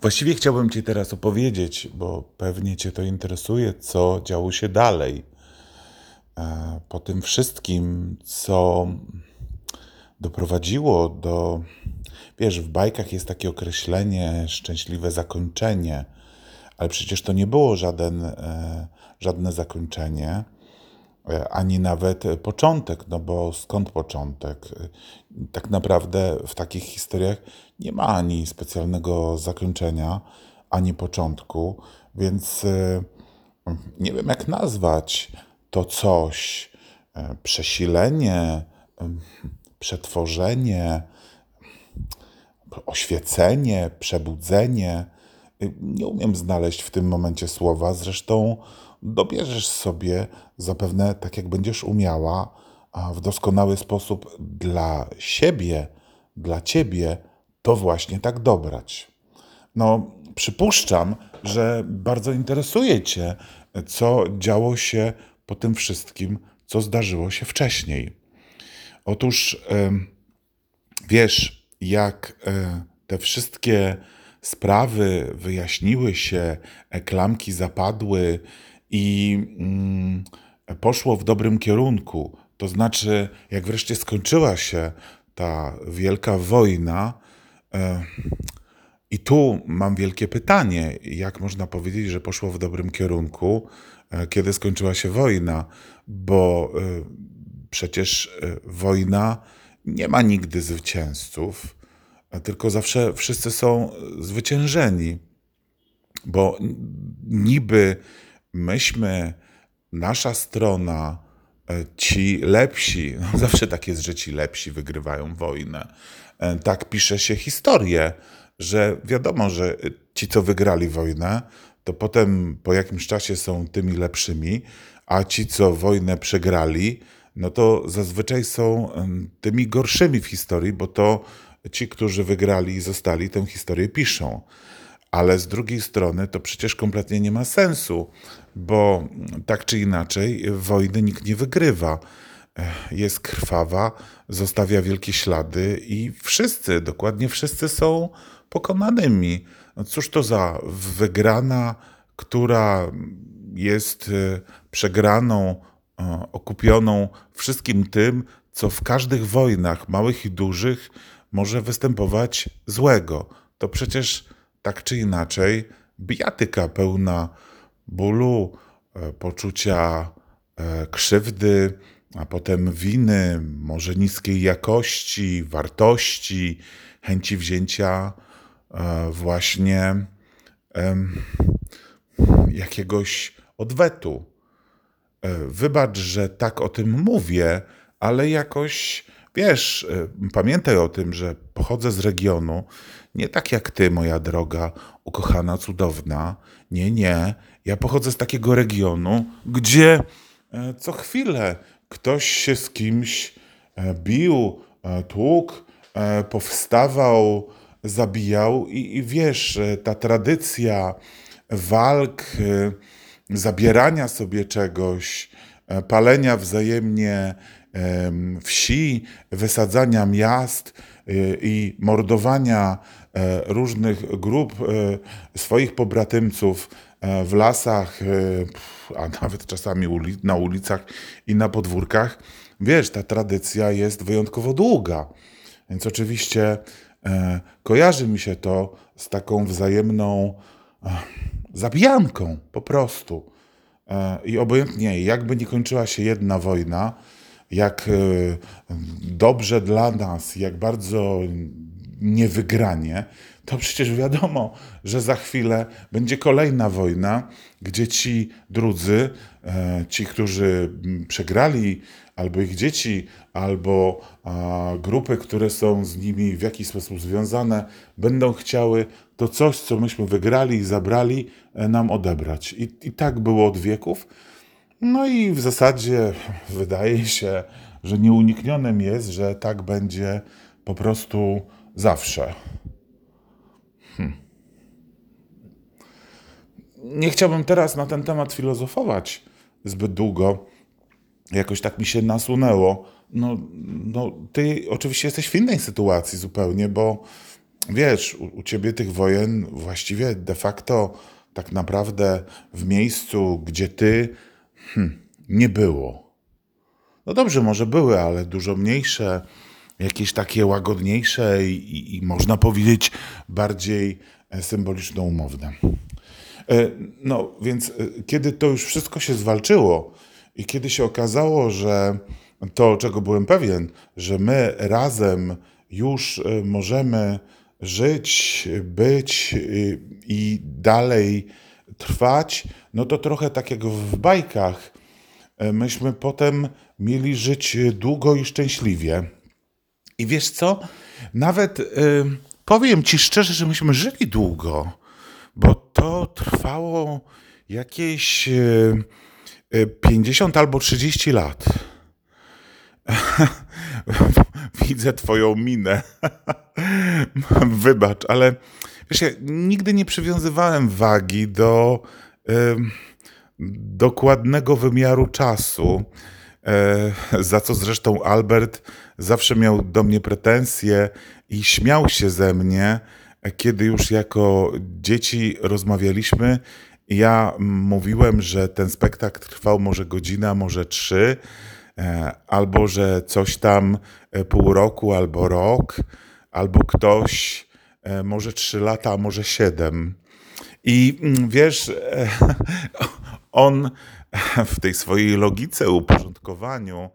Właściwie chciałbym Ci teraz opowiedzieć, bo pewnie Cię to interesuje, co działo się dalej. Po tym wszystkim, co doprowadziło do. Wiesz, w bajkach jest takie określenie szczęśliwe zakończenie, ale przecież to nie było żadne zakończenie, ani nawet początek, no bo skąd początek? Tak naprawdę w takich historiach nie ma ani specjalnego zakończenia, ani początku, więc nie wiem jak nazwać to coś. Przesilenie, przetworzenie, oświecenie, przebudzenie. Nie umiem znaleźć w tym momencie słowa, zresztą dobierzesz sobie zapewne tak, jak będziesz umiała, a w doskonały sposób dla siebie, dla ciebie to właśnie tak dobrać. No, przypuszczam, że bardzo interesuje cię, co działo się po tym wszystkim, co zdarzyło się wcześniej. Otóż wiesz, jak te wszystkie sprawy wyjaśniły się, klamki zapadły i poszło w dobrym kierunku. To znaczy, jak wreszcie skończyła się ta wielka wojna, i tu mam wielkie pytanie, jak można powiedzieć, że poszło w dobrym kierunku, kiedy skończyła się wojna, bo przecież wojna nie ma nigdy zwycięzców, tylko zawsze wszyscy są zwyciężeni, bo niby myśmy, nasza strona, ci lepsi, no zawsze tak jest, że ci lepsi wygrywają wojnę. Tak pisze się historię, że wiadomo, że ci, co wygrali wojnę, to potem po jakimś czasie są tymi lepszymi, a ci, co wojnę przegrali, no to zazwyczaj są tymi gorszymi w historii, bo to ci, którzy wygrali i zostali, tę historię piszą. Ale z drugiej strony to przecież kompletnie nie ma sensu, bo tak czy inaczej wojny nikt nie wygrywa. Jest krwawa, zostawia wielkie ślady i wszyscy, dokładnie wszyscy są pokonanymi. No cóż to za wygrana, która jest przegraną, okupioną wszystkim tym, co w każdych wojnach, małych i dużych, może występować złego. To przecież tak czy inaczej bijatyka pełna bólu, poczucia krzywdy, a potem winy, może niskiej jakości, wartości, chęci wzięcia właśnie jakiegoś odwetu. Wybacz, że tak o tym mówię, ale jakoś, wiesz, pamiętaj o tym, że pochodzę z regionu, nie tak jak ty, moja droga, ukochana, cudowna. Nie, nie. Ja pochodzę z takiego regionu, gdzie co chwilę ktoś się z kimś bił, tłukł, powstawał, zabijał i wiesz, ta tradycja walk, zabierania sobie czegoś, palenia wzajemnie wsi, wysadzania miast i mordowania różnych grup swoich pobratymców w lasach, a nawet czasami na ulicach i na podwórkach. Wiesz, ta tradycja jest wyjątkowo długa. Więc oczywiście kojarzy mi się to z taką wzajemną zabijanką po prostu. I obojętnie, jakby nie kończyła się jedna wojna, jak dobrze dla nas, jak bardzo niewygranie, to przecież wiadomo, że za chwilę będzie kolejna wojna, gdzie ci drudzy, ci, którzy przegrali, albo ich dzieci, albo grupy, które są z nimi w jakiś sposób związane, będą chciały to coś, co myśmy wygrali i zabrali, nam odebrać. I tak było od wieków. No i w zasadzie wydaje się, że nieuniknionym jest, że tak będzie po prostu zawsze. Nie chciałbym teraz na ten temat filozofować zbyt długo. Jakoś tak mi się nasunęło. No, ty oczywiście jesteś w innej sytuacji zupełnie, bo wiesz, u ciebie tych wojen właściwie de facto tak naprawdę w miejscu, gdzie ty, nie było. No dobrze, może były, ale dużo mniejsze, jakieś takie łagodniejsze i można powiedzieć bardziej symboliczno-umowne. No więc kiedy to już wszystko się zwalczyło i kiedy się okazało, że to, czego byłem pewien, że my razem już możemy żyć, być i dalej trwać, no to trochę tak jak w bajkach, myśmy potem mieli żyć długo i szczęśliwie. I wiesz co? Nawet powiem ci szczerze, że myśmy żyli długo, bo to trwało jakieś 50 albo 30 lat. Widzę twoją minę. Wybacz, ale wiesz, ja nigdy nie przywiązywałem wagi do dokładnego wymiaru czasu, za co zresztą Albert zawsze miał do mnie pretensje i śmiał się ze mnie, kiedy już jako dzieci rozmawialiśmy. Ja mówiłem, że ten spektakl trwał może godzinę, może 3, albo że coś tam pół roku, albo rok, albo ktoś może 3 lata, a może 7. I wiesz, on w tej swojej logice, uporządkowaniu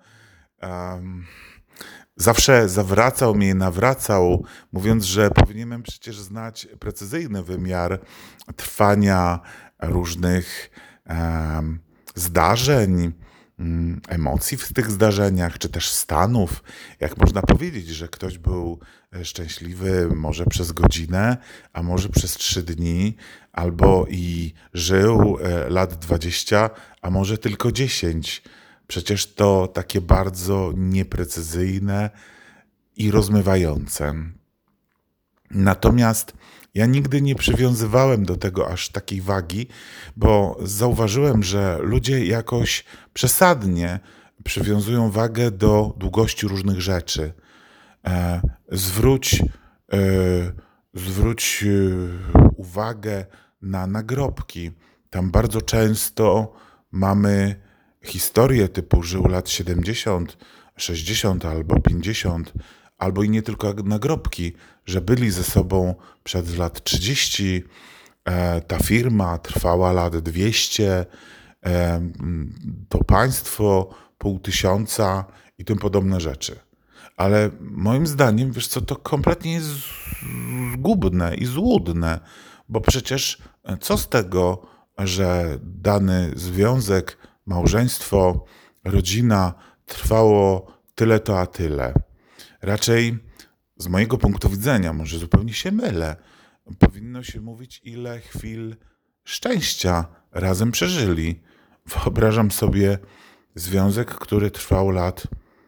zawsze zawracał mnie i nawracał, mówiąc, że powinienem przecież znać precyzyjny wymiar trwania różnych zdarzeń, emocji w tych zdarzeniach, czy też stanów. Jak można powiedzieć, że ktoś był szczęśliwy może przez godzinę, a może przez 3 dni, albo i żył lat 20, a może tylko 10. Przecież to takie bardzo nieprecyzyjne i rozmywające. Natomiast ja nigdy nie przywiązywałem do tego aż takiej wagi, bo zauważyłem, że ludzie jakoś przesadnie przywiązują wagę do długości różnych rzeczy. E, zwróć e, zwróć uwagę na nagrobki. Tam bardzo często mamy historie typu żył lat 70, 60 albo 50, albo i nie tylko nagrobki, że byli ze sobą przez lat 30, ta firma trwała lat 200, to państwo pół tysiąca i tym podobne rzeczy. Ale moim zdaniem, wiesz co, to kompletnie jest zgubne i złudne, bo przecież co z tego, że dany związek, małżeństwo, rodzina trwało tyle to a tyle. Raczej z mojego punktu widzenia, może zupełnie się mylę, powinno się mówić, ile chwil szczęścia razem przeżyli. Wyobrażam sobie związek, który trwał lat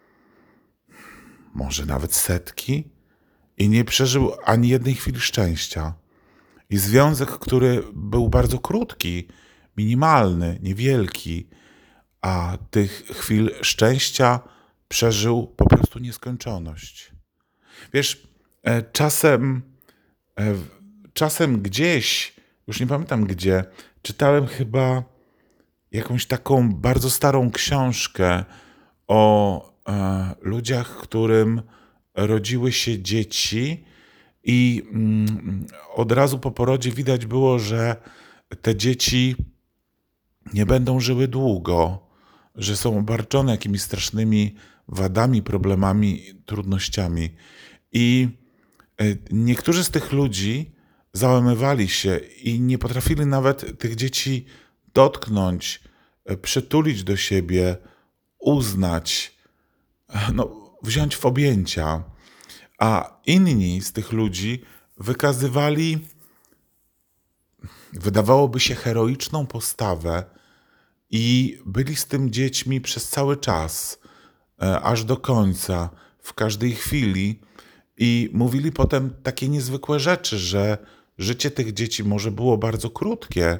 może nawet setki i nie przeżył ani jednej chwili szczęścia. I związek, który był bardzo krótki, minimalny, niewielki, a tych chwil szczęścia przeżył po prostu nieskończoność. Wiesz, czasem, czasem gdzieś, już nie pamiętam gdzie, czytałem chyba jakąś taką bardzo starą książkę o ludziach, którym rodziły się dzieci i od razu po porodzie widać było, że te dzieci nie będą żyły długo, że są obarczone jakimiś strasznymi wadami, problemami, trudnościami. I niektórzy z tych ludzi załamywali się i nie potrafili nawet tych dzieci dotknąć, przytulić do siebie, uznać, no, wziąć w objęcia. A inni z tych ludzi wykazywali, wydawałoby się, heroiczną postawę i byli z tym dziećmi przez cały czas, aż do końca, w każdej chwili i mówili potem takie niezwykłe rzeczy, że życie tych dzieci może było bardzo krótkie,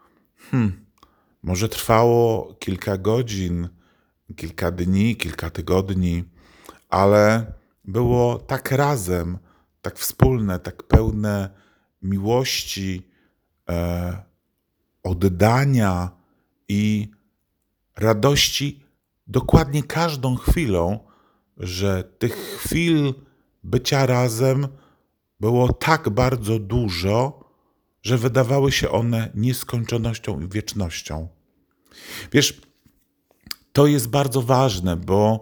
może trwało kilka godzin, kilka dni, kilka tygodni, ale było tak razem, tak wspólne, tak pełne miłości, e, oddania i radości dokładnie każdą chwilą, że tych chwil bycia razem było tak bardzo dużo, że wydawały się one nieskończonością i wiecznością. Wiesz, to jest bardzo ważne, bo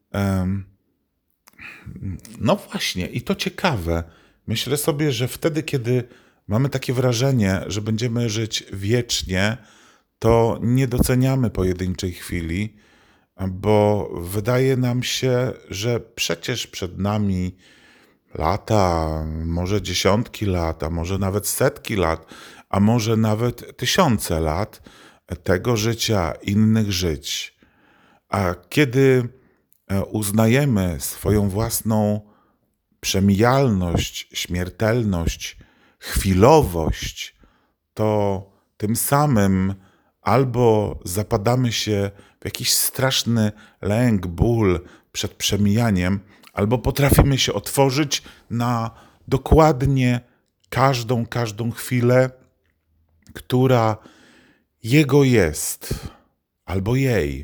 no właśnie, i to ciekawe. Myślę sobie, że wtedy, kiedy mamy takie wrażenie, że będziemy żyć wiecznie, to nie doceniamy pojedynczej chwili, bo wydaje nam się, że przecież przed nami lata, może dziesiątki lat, a może nawet setki lat, a może nawet tysiące lat tego życia, innych żyć. A kiedy uznajemy swoją własną przemijalność, śmiertelność, chwilowość, to tym samym albo zapadamy się w jakiś straszny lęk, ból przed przemijaniem, albo potrafimy się otworzyć na dokładnie każdą chwilę, która jego jest, albo jej.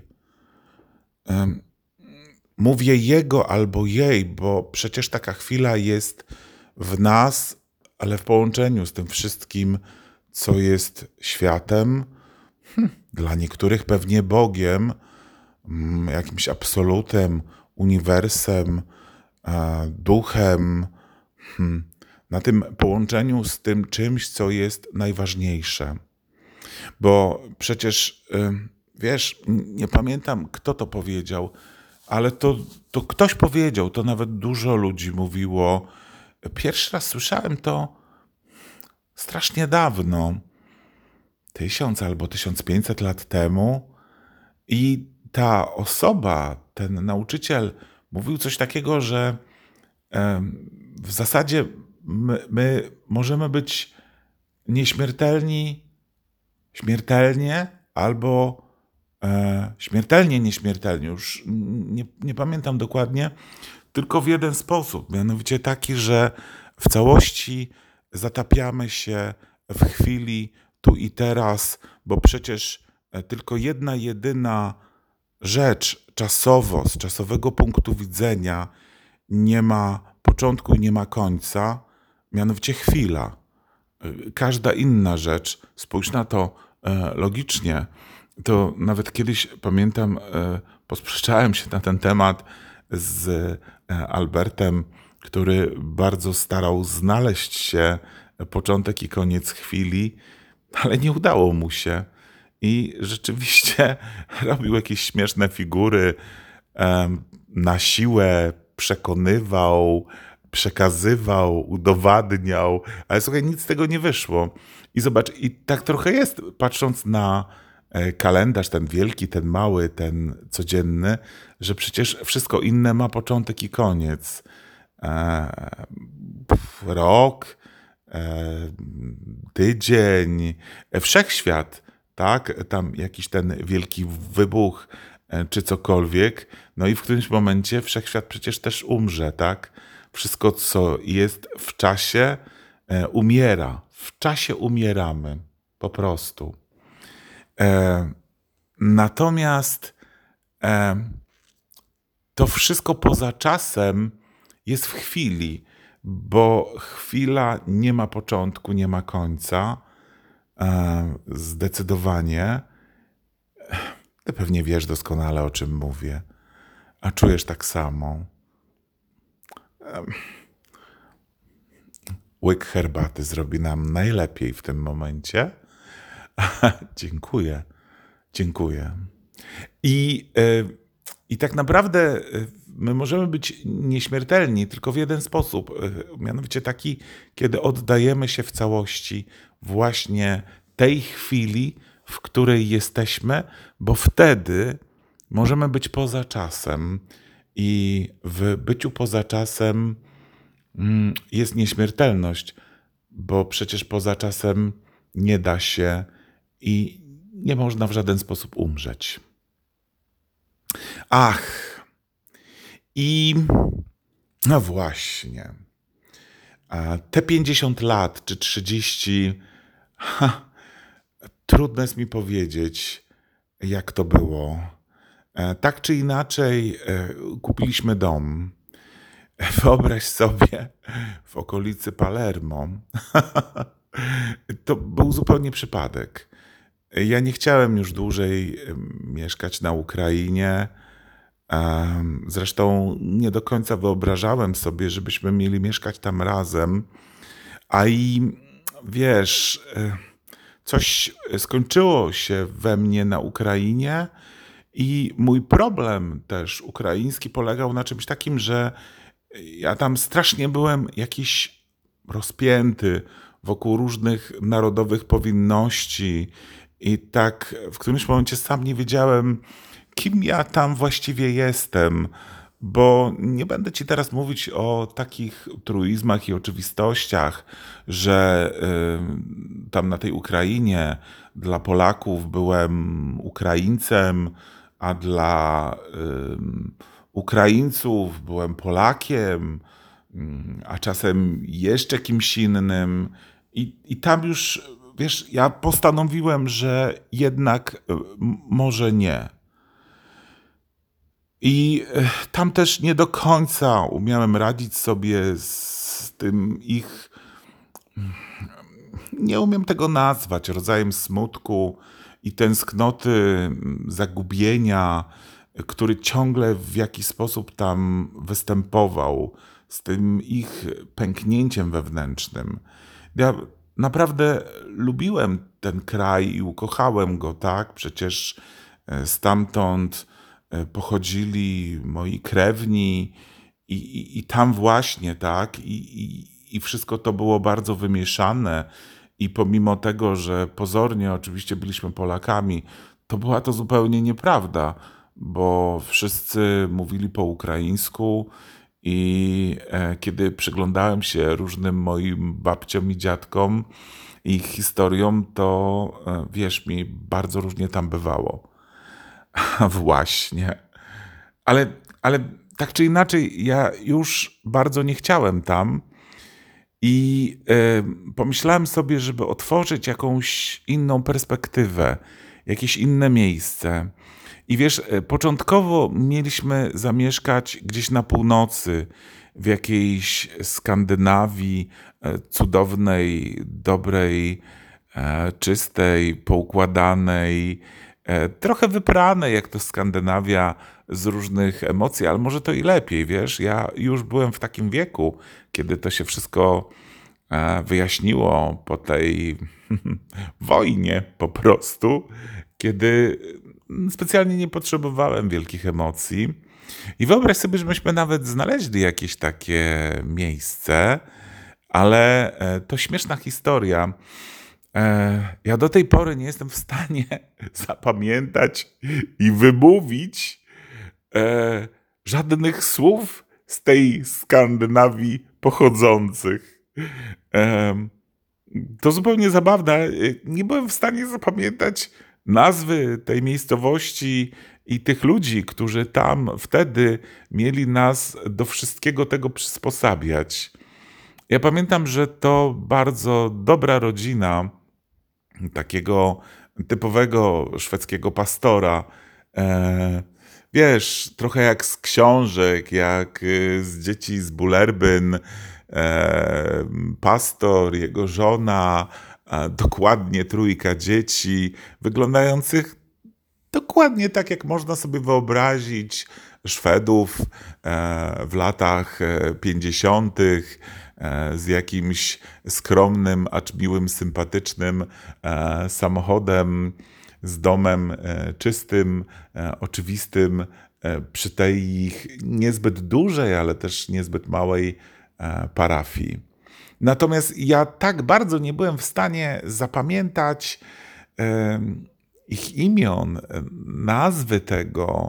Mówię jego albo jej, bo przecież taka chwila jest w nas, ale w połączeniu z tym wszystkim, co jest światem, dla niektórych pewnie Bogiem, jakimś absolutem, uniwersem, duchem, na tym połączeniu z tym czymś, co jest najważniejsze. Bo przecież, wiesz, nie pamiętam, kto to powiedział, ale to ktoś powiedział, to nawet dużo ludzi mówiło. Pierwszy raz słyszałem to strasznie dawno, 1000 albo 1500 lat temu, i ta osoba, ten nauczyciel mówił coś takiego, że w zasadzie my możemy być nieśmiertelni śmiertelnie albo śmiertelnie nieśmiertelni. Już nie pamiętam dokładnie, tylko w jeden sposób, mianowicie taki, że w całości zatapiamy się w chwili tu i teraz, bo przecież tylko jedna jedyna rzecz czasowo, z czasowego punktu widzenia nie ma początku i nie ma końca, mianowicie chwila. Każda inna rzecz, spójrz na to logicznie, to nawet kiedyś pamiętam, posprzeczałem się na ten temat z Albertem, który bardzo starał znaleźć się początek i koniec chwili, ale nie udało mu się. I rzeczywiście robił jakieś śmieszne figury, na siłę przekonywał, przekazywał, udowadniał, ale słuchaj, nic z tego nie wyszło. I zobacz, i tak trochę jest, patrząc na kalendarz, ten wielki, ten mały, ten codzienny, że przecież wszystko inne ma początek i koniec. Rok, tydzień, wszechświat, tak? Tam jakiś ten wielki wybuch, czy cokolwiek. No i w którymś momencie wszechświat przecież też umrze, tak? Wszystko, co jest w czasie, umiera. W czasie umieramy, po prostu. Natomiast to wszystko poza czasem jest w chwili, bo chwila nie ma początku, nie ma końca. Zdecydowanie. Ty pewnie wiesz doskonale, o czym mówię, a czujesz tak samo. Łyk herbaty zrobi nam najlepiej w tym momencie. Dziękuję, dziękuję. I tak naprawdę my możemy być nieśmiertelni tylko w jeden sposób, mianowicie taki, kiedy oddajemy się w całości właśnie tej chwili, w której jesteśmy, bo wtedy możemy być poza czasem i w byciu poza czasem jest nieśmiertelność, bo przecież poza czasem nie da się i nie można w żaden sposób umrzeć. Ach, i no właśnie. A te 50 lat czy 30, ha, trudno jest mi powiedzieć, jak to było. Tak czy inaczej, kupiliśmy dom. Wyobraź sobie, w okolicy Palermo. To był zupełnie przypadek. Ja nie chciałem już dłużej mieszkać na Ukrainie. Zresztą nie do końca wyobrażałem sobie, żebyśmy mieli mieszkać tam razem. A i wiesz, coś skończyło się we mnie na Ukrainie i mój problem też ukraiński polegał na czymś takim, że ja tam strasznie byłem jakiś rozpięty wokół różnych narodowych powinności i tak w którymś momencie sam nie wiedziałem, kim ja tam właściwie jestem, bo nie będę ci teraz mówić o takich truizmach i oczywistościach, że tam na tej Ukrainie dla Polaków byłem Ukraińcem, a dla Ukraińców byłem Polakiem, a czasem jeszcze kimś innym. I tam już, wiesz, ja postanowiłem, że jednak może nie. I tam też nie do końca umiałem radzić sobie z tym ich, nie umiem tego nazwać, rodzajem smutku i tęsknoty, zagubienia, który ciągle w jakiś sposób tam występował, z tym ich pęknięciem wewnętrznym. Ja naprawdę lubiłem ten kraj i ukochałem go, tak? Przecież stamtąd pochodzili moi krewni i tam właśnie, tak? I wszystko to było bardzo wymieszane i pomimo tego, że pozornie oczywiście byliśmy Polakami, to była to zupełnie nieprawda, bo wszyscy mówili po ukraińsku i kiedy przyglądałem się różnym moim babciom i dziadkom i ich historiom, to wierz mi, bardzo różnie tam bywało. Właśnie. Ale tak czy inaczej, ja już bardzo nie chciałem tam i pomyślałem sobie, żeby otworzyć jakąś inną perspektywę, jakieś inne miejsce. I wiesz, początkowo mieliśmy zamieszkać gdzieś na północy, w jakiejś Skandynawii, cudownej, dobrej, czystej, poukładanej, trochę wypranej, jak to Skandynawia, z różnych emocji, ale może to i lepiej, wiesz? Ja już byłem w takim wieku, kiedy to się wszystko wyjaśniło po tej wojnie po prostu, kiedy specjalnie nie potrzebowałem wielkich emocji. I wyobraź sobie, że myśmy nawet znaleźli jakieś takie miejsce, ale to śmieszna historia. Ja do tej pory nie jestem w stanie zapamiętać i wymówić żadnych słów z tej Skandynawii pochodzących. Em, To zupełnie zabawne. Nie byłem w stanie zapamiętać nazwy tej miejscowości i tych ludzi, którzy tam wtedy mieli nas do wszystkiego tego przysposabiać. Ja pamiętam, że to bardzo dobra rodzina takiego typowego szwedzkiego pastora. E, Wiesz, trochę jak z książek, jak z dzieci z Bullerbyn, pastor, jego żona, dokładnie trójka dzieci, wyglądających dokładnie tak, jak można sobie wyobrazić Szwedów w latach 50., z jakimś skromnym, acz miłym, sympatycznym samochodem, z domem czystym, oczywistym, przy tej ich niezbyt dużej, ale też niezbyt małej parafii. Natomiast ja tak bardzo nie byłem w stanie zapamiętać ich imion, nazwy tego,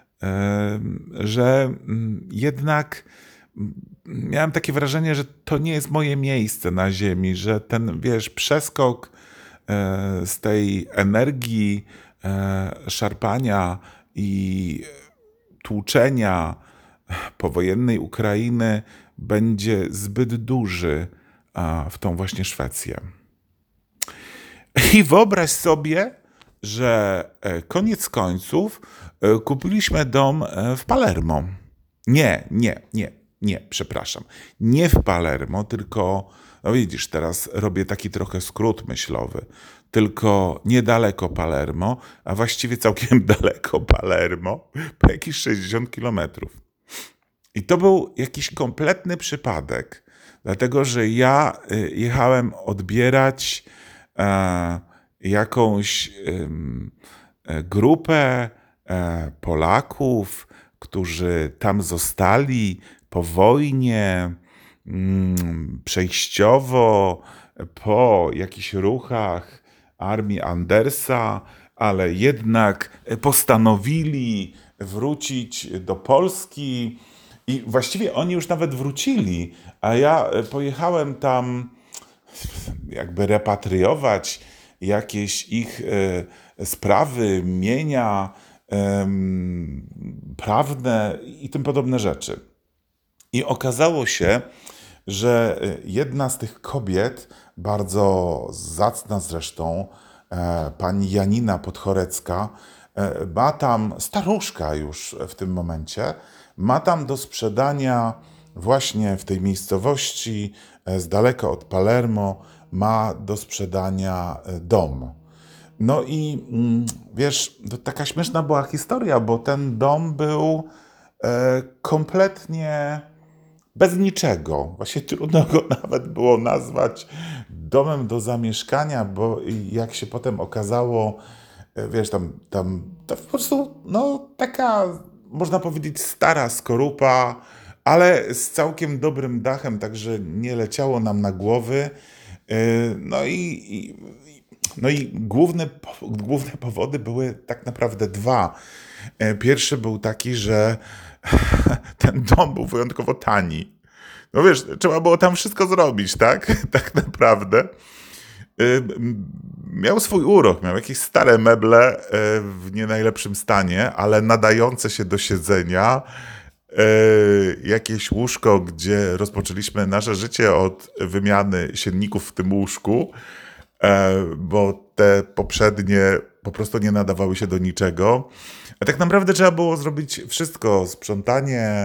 że jednak miałem takie wrażenie, że to nie jest moje miejsce na ziemi, że ten, wiesz, przeskok z tej energii szarpania i tłuczenia powojennej Ukrainy będzie zbyt duży w tą właśnie Szwecję. I wyobraź sobie, że koniec końców kupiliśmy dom w Palermo. Nie, przepraszam. Nie w Palermo, tylko, no widzisz, teraz robię taki trochę skrót myślowy. Tylko niedaleko Palermo, a właściwie całkiem daleko Palermo, po jakieś 60 kilometrów. I to był jakiś kompletny przypadek, dlatego że ja jechałem odbierać jakąś grupę Polaków, którzy tam zostali po wojnie, przejściowo po jakichś ruchach armii Andersa, ale jednak postanowili wrócić do Polski i właściwie oni już nawet wrócili, a ja pojechałem tam jakby repatriować jakieś ich sprawy, mienia prawne i tym podobne rzeczy. I okazało się, że jedna z tych kobiet, bardzo zacna zresztą, pani Janina Podchorecka, ma tam, staruszka już w tym momencie, ma tam do sprzedania właśnie w tej miejscowości z daleka od Palermo, ma do sprzedania dom. No i wiesz, to taka śmieszna była historia, bo ten dom był kompletnie bez niczego. Właśnie trudno go nawet było nazwać domem do zamieszkania, bo jak się potem okazało, wiesz, tam to po prostu, no taka, można powiedzieć, stara skorupa, ale z całkiem dobrym dachem, także nie leciało nam na głowy. No i główne powody były tak naprawdę dwa. Pierwszy był taki, że ten dom był wyjątkowo tani. No wiesz, trzeba było tam wszystko zrobić, tak? Tak naprawdę. Miał swój urok, miał jakieś stare meble w nie najlepszym stanie, ale nadające się do siedzenia. Jakieś łóżko, gdzie rozpoczęliśmy nasze życie od wymiany sienników w tym łóżku, bo te poprzednie po prostu nie nadawały się do niczego. A tak naprawdę trzeba było zrobić wszystko, sprzątanie,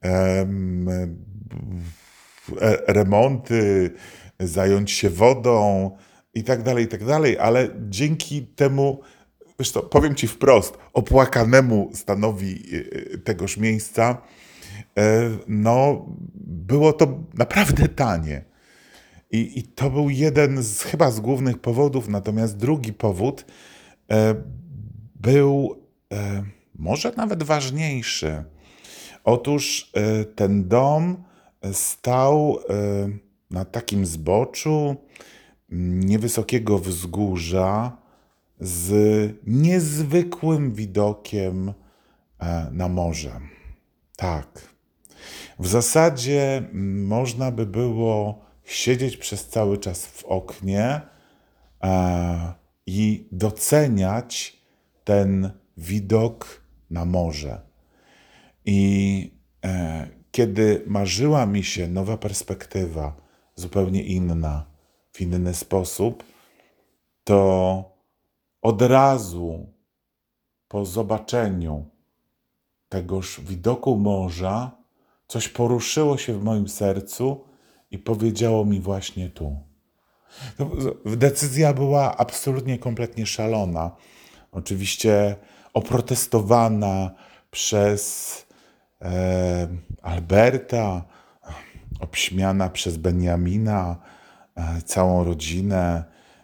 remonty, zająć się wodą i tak dalej, ale dzięki temu, wiesz co, powiem ci wprost, opłakanemu stanowi tegoż miejsca, no było to naprawdę tanie. I to był jeden chyba z głównych powodów, natomiast drugi powód był może nawet ważniejszy. Otóż ten dom stał na takim zboczu niewysokiego wzgórza z niezwykłym widokiem na morze. Tak. W zasadzie można by było siedzieć przez cały czas w oknie i doceniać ten widok na morze. I kiedy marzyła mi się nowa perspektywa, zupełnie inna, w inny sposób, to od razu po zobaczeniu tegoż widoku morza coś poruszyło się w moim sercu i powiedziało mi właśnie tu. Decyzja była absolutnie, kompletnie szalona. Oczywiście oprotestowana przez Alberta, obśmiana przez Beniamina, całą rodzinę.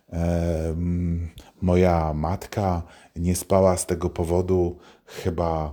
Moja matka nie spała z tego powodu chyba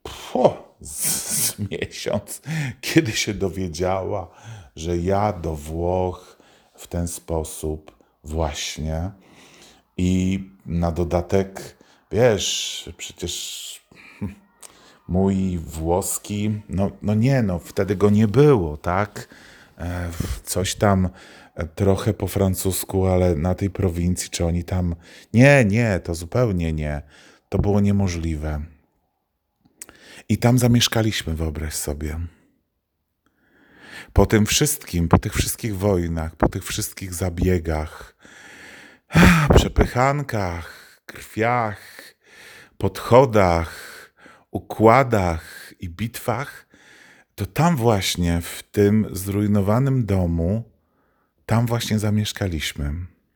z miesiąc, kiedy się dowiedziała, że ja do Włoch w ten sposób właśnie. I na dodatek, wiesz, przecież mój włoski, wtedy go nie było, tak? Coś tam trochę po francusku, ale na tej prowincji, czy oni tam... Nie, to zupełnie nie. To było niemożliwe. I tam zamieszkaliśmy, wyobraź sobie. Po tym wszystkim, po tych wszystkich wojnach, po tych wszystkich zabiegach, przepychankach, krwiach, podchodach, układach i bitwach, to tam właśnie, w tym zrujnowanym domu, tam właśnie zamieszkaliśmy.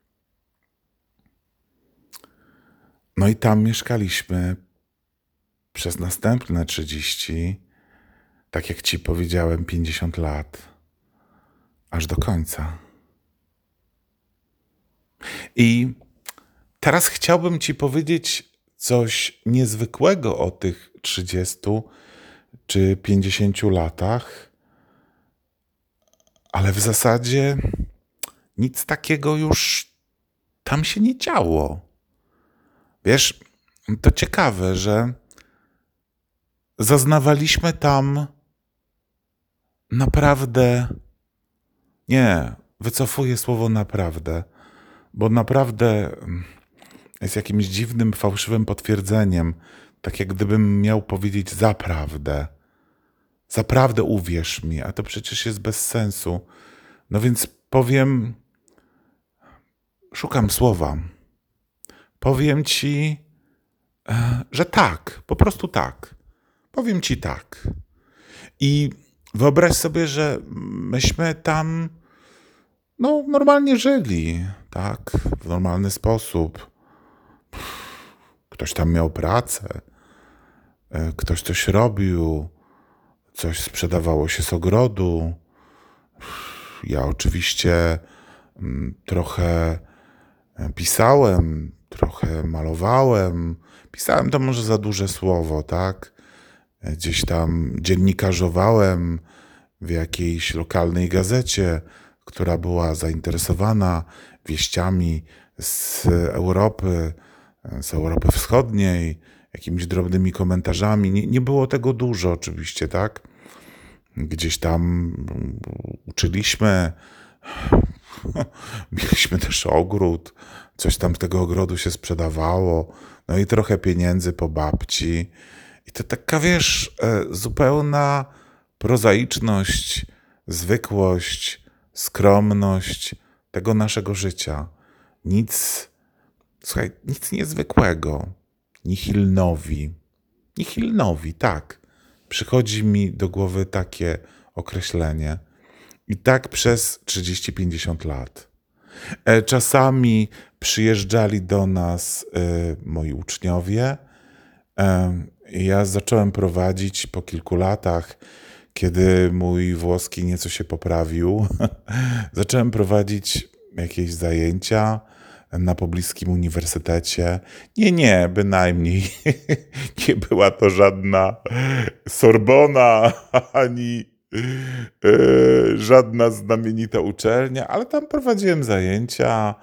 No i tam mieszkaliśmy przez następne 30, tak jak ci powiedziałem, 50 lat, aż do końca. I teraz chciałbym ci powiedzieć coś niezwykłego o tych 30 czy 50 latach, ale w zasadzie nic takiego już tam się nie działo. Wiesz, to ciekawe, że zaznawaliśmy tam naprawdę. Nie, wycofuję słowo naprawdę, bo naprawdę jest jakimś dziwnym, fałszywym potwierdzeniem, tak jak gdybym miał powiedzieć zaprawdę. Zaprawdę uwierz mi, a to przecież jest bez sensu. No więc powiem, szukam słowa. Powiem ci, że tak, po prostu tak. Powiem ci tak. I wyobraź sobie, że myśmy tam normalnie żyli, tak, w normalny sposób. Ktoś tam miał pracę, ktoś coś robił, coś sprzedawało się z ogrodu. Ja oczywiście trochę pisałem, trochę malowałem. Pisałem to może za duże słowo, tak? Gdzieś tam dziennikarzowałem w jakiejś lokalnej gazecie, która była zainteresowana wieściami z Europy Wschodniej, jakimiś drobnymi komentarzami. Nie było tego dużo oczywiście, tak? Gdzieś tam uczyliśmy, mieliśmy też ogród, coś tam z tego ogrodu się sprzedawało, no i trochę pieniędzy po babci. I to taka, wiesz, zupełna prozaiczność, zwykłość, skromność tego naszego życia. Nic, słuchaj, nic niezwykłego. Nihilnowi, tak. Przychodzi mi do głowy takie określenie. I tak przez 30-50 lat. Czasami przyjeżdżali do nas moi uczniowie. Ja zacząłem prowadzić po kilku latach, kiedy mój włoski nieco się poprawił. Zacząłem prowadzić jakieś zajęcia na pobliskim uniwersytecie. Nie, bynajmniej. Nie była to żadna Sorbona, ani żadna znamienita uczelnia, ale tam prowadziłem zajęcia,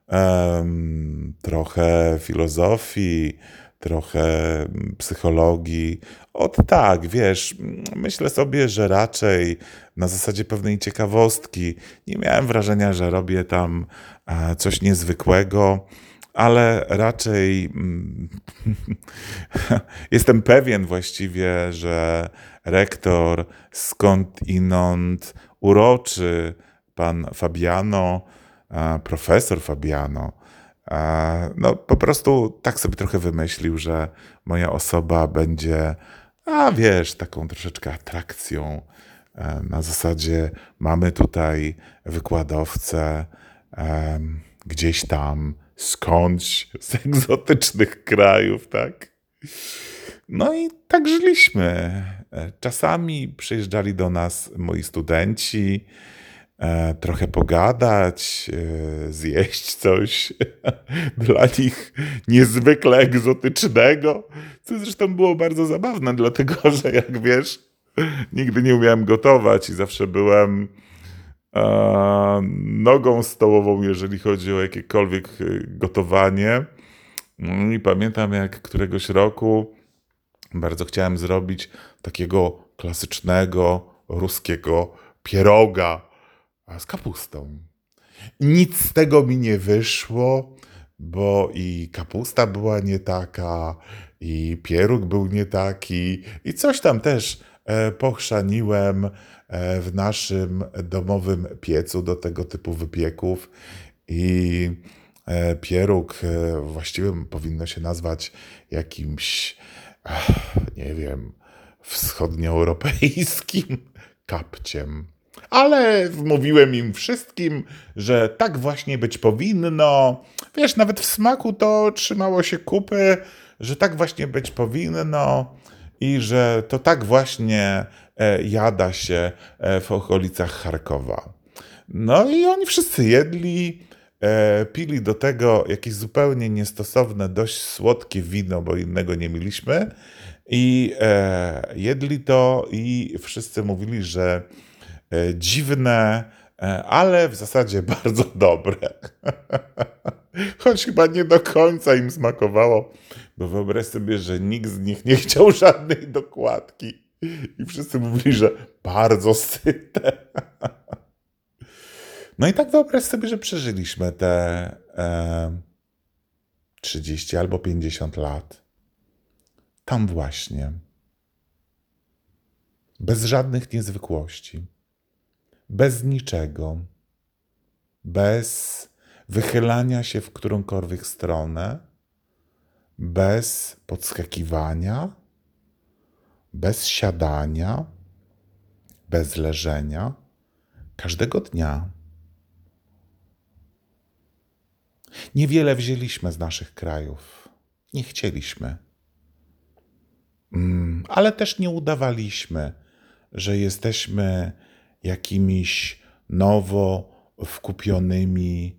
trochę filozofii, trochę psychologii. Tak, wiesz, myślę sobie, że raczej na zasadzie pewnej ciekawostki. Nie miałem wrażenia, że robię tam coś niezwykłego, ale raczej jestem pewien właściwie, że rektor skądinąd uroczy pan Fabiano, profesor Fabiano, no po prostu tak sobie trochę wymyślił, że moja osoba będzie, wiesz, taką troszeczkę atrakcją. Na zasadzie mamy tutaj wykładowcę gdzieś tam skądś z egzotycznych krajów, tak? No i tak żyliśmy. Czasami przyjeżdżali do nas moi studenci, trochę pogadać, zjeść coś dla nich niezwykle egzotycznego, co zresztą było bardzo zabawne, dlatego że jak wiesz, nigdy nie umiałem gotować i zawsze byłem nogą stołową, jeżeli chodzi o jakiekolwiek gotowanie. No i pamiętam, jak któregoś roku bardzo chciałem zrobić takiego klasycznego ruskiego pieroga z kapustą. Nic z tego mi nie wyszło, bo i kapusta była nie taka, i pieróg był nie taki, i coś tam też pochrzaniłem w naszym domowym piecu do tego typu wypieków i pieróg właściwie powinno się nazwać jakimś, nie wiem, wschodnioeuropejskim kapciem. Ale wmówiłem im wszystkim, że tak właśnie być powinno. Wiesz, nawet w smaku to trzymało się kupy, że tak właśnie być powinno i że to tak właśnie jada się w okolicach Charkowa. No i oni wszyscy jedli, pili do tego jakieś zupełnie niestosowne, dość słodkie wino, bo innego nie mieliśmy. I jedli to i wszyscy mówili, że dziwne, ale w zasadzie bardzo dobre. Choć chyba nie do końca im smakowało, bo wyobraź sobie, że nikt z nich nie chciał żadnej dokładki. I wszyscy mówili, że bardzo syte. No i tak wyobraź sobie, że przeżyliśmy te 30 albo 50 lat. Tam właśnie. Bez żadnych niezwykłości. Bez niczego. Bez wychylania się w którąkolwiek stronę. Bez podskakiwania. Bez siadania. Bez leżenia. Każdego dnia. Niewiele wzięliśmy z naszych krajów. Nie chcieliśmy. Ale też nie udawaliśmy, że jesteśmy jakimiś nowo wkupionymi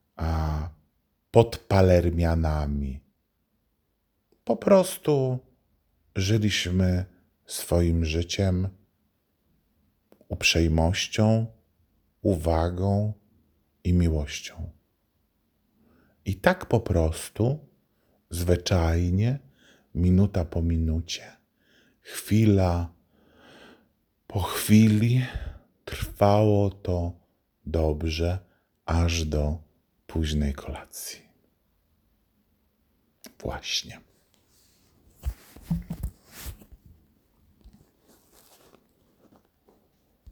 podpalermianami. Po prostu żyliśmy swoim życiem uprzejmością, uwagą i miłością. I tak po prostu, zwyczajnie, minuta po minucie, chwila po chwili trwało to dobrze aż do późnej kolacji. Właśnie.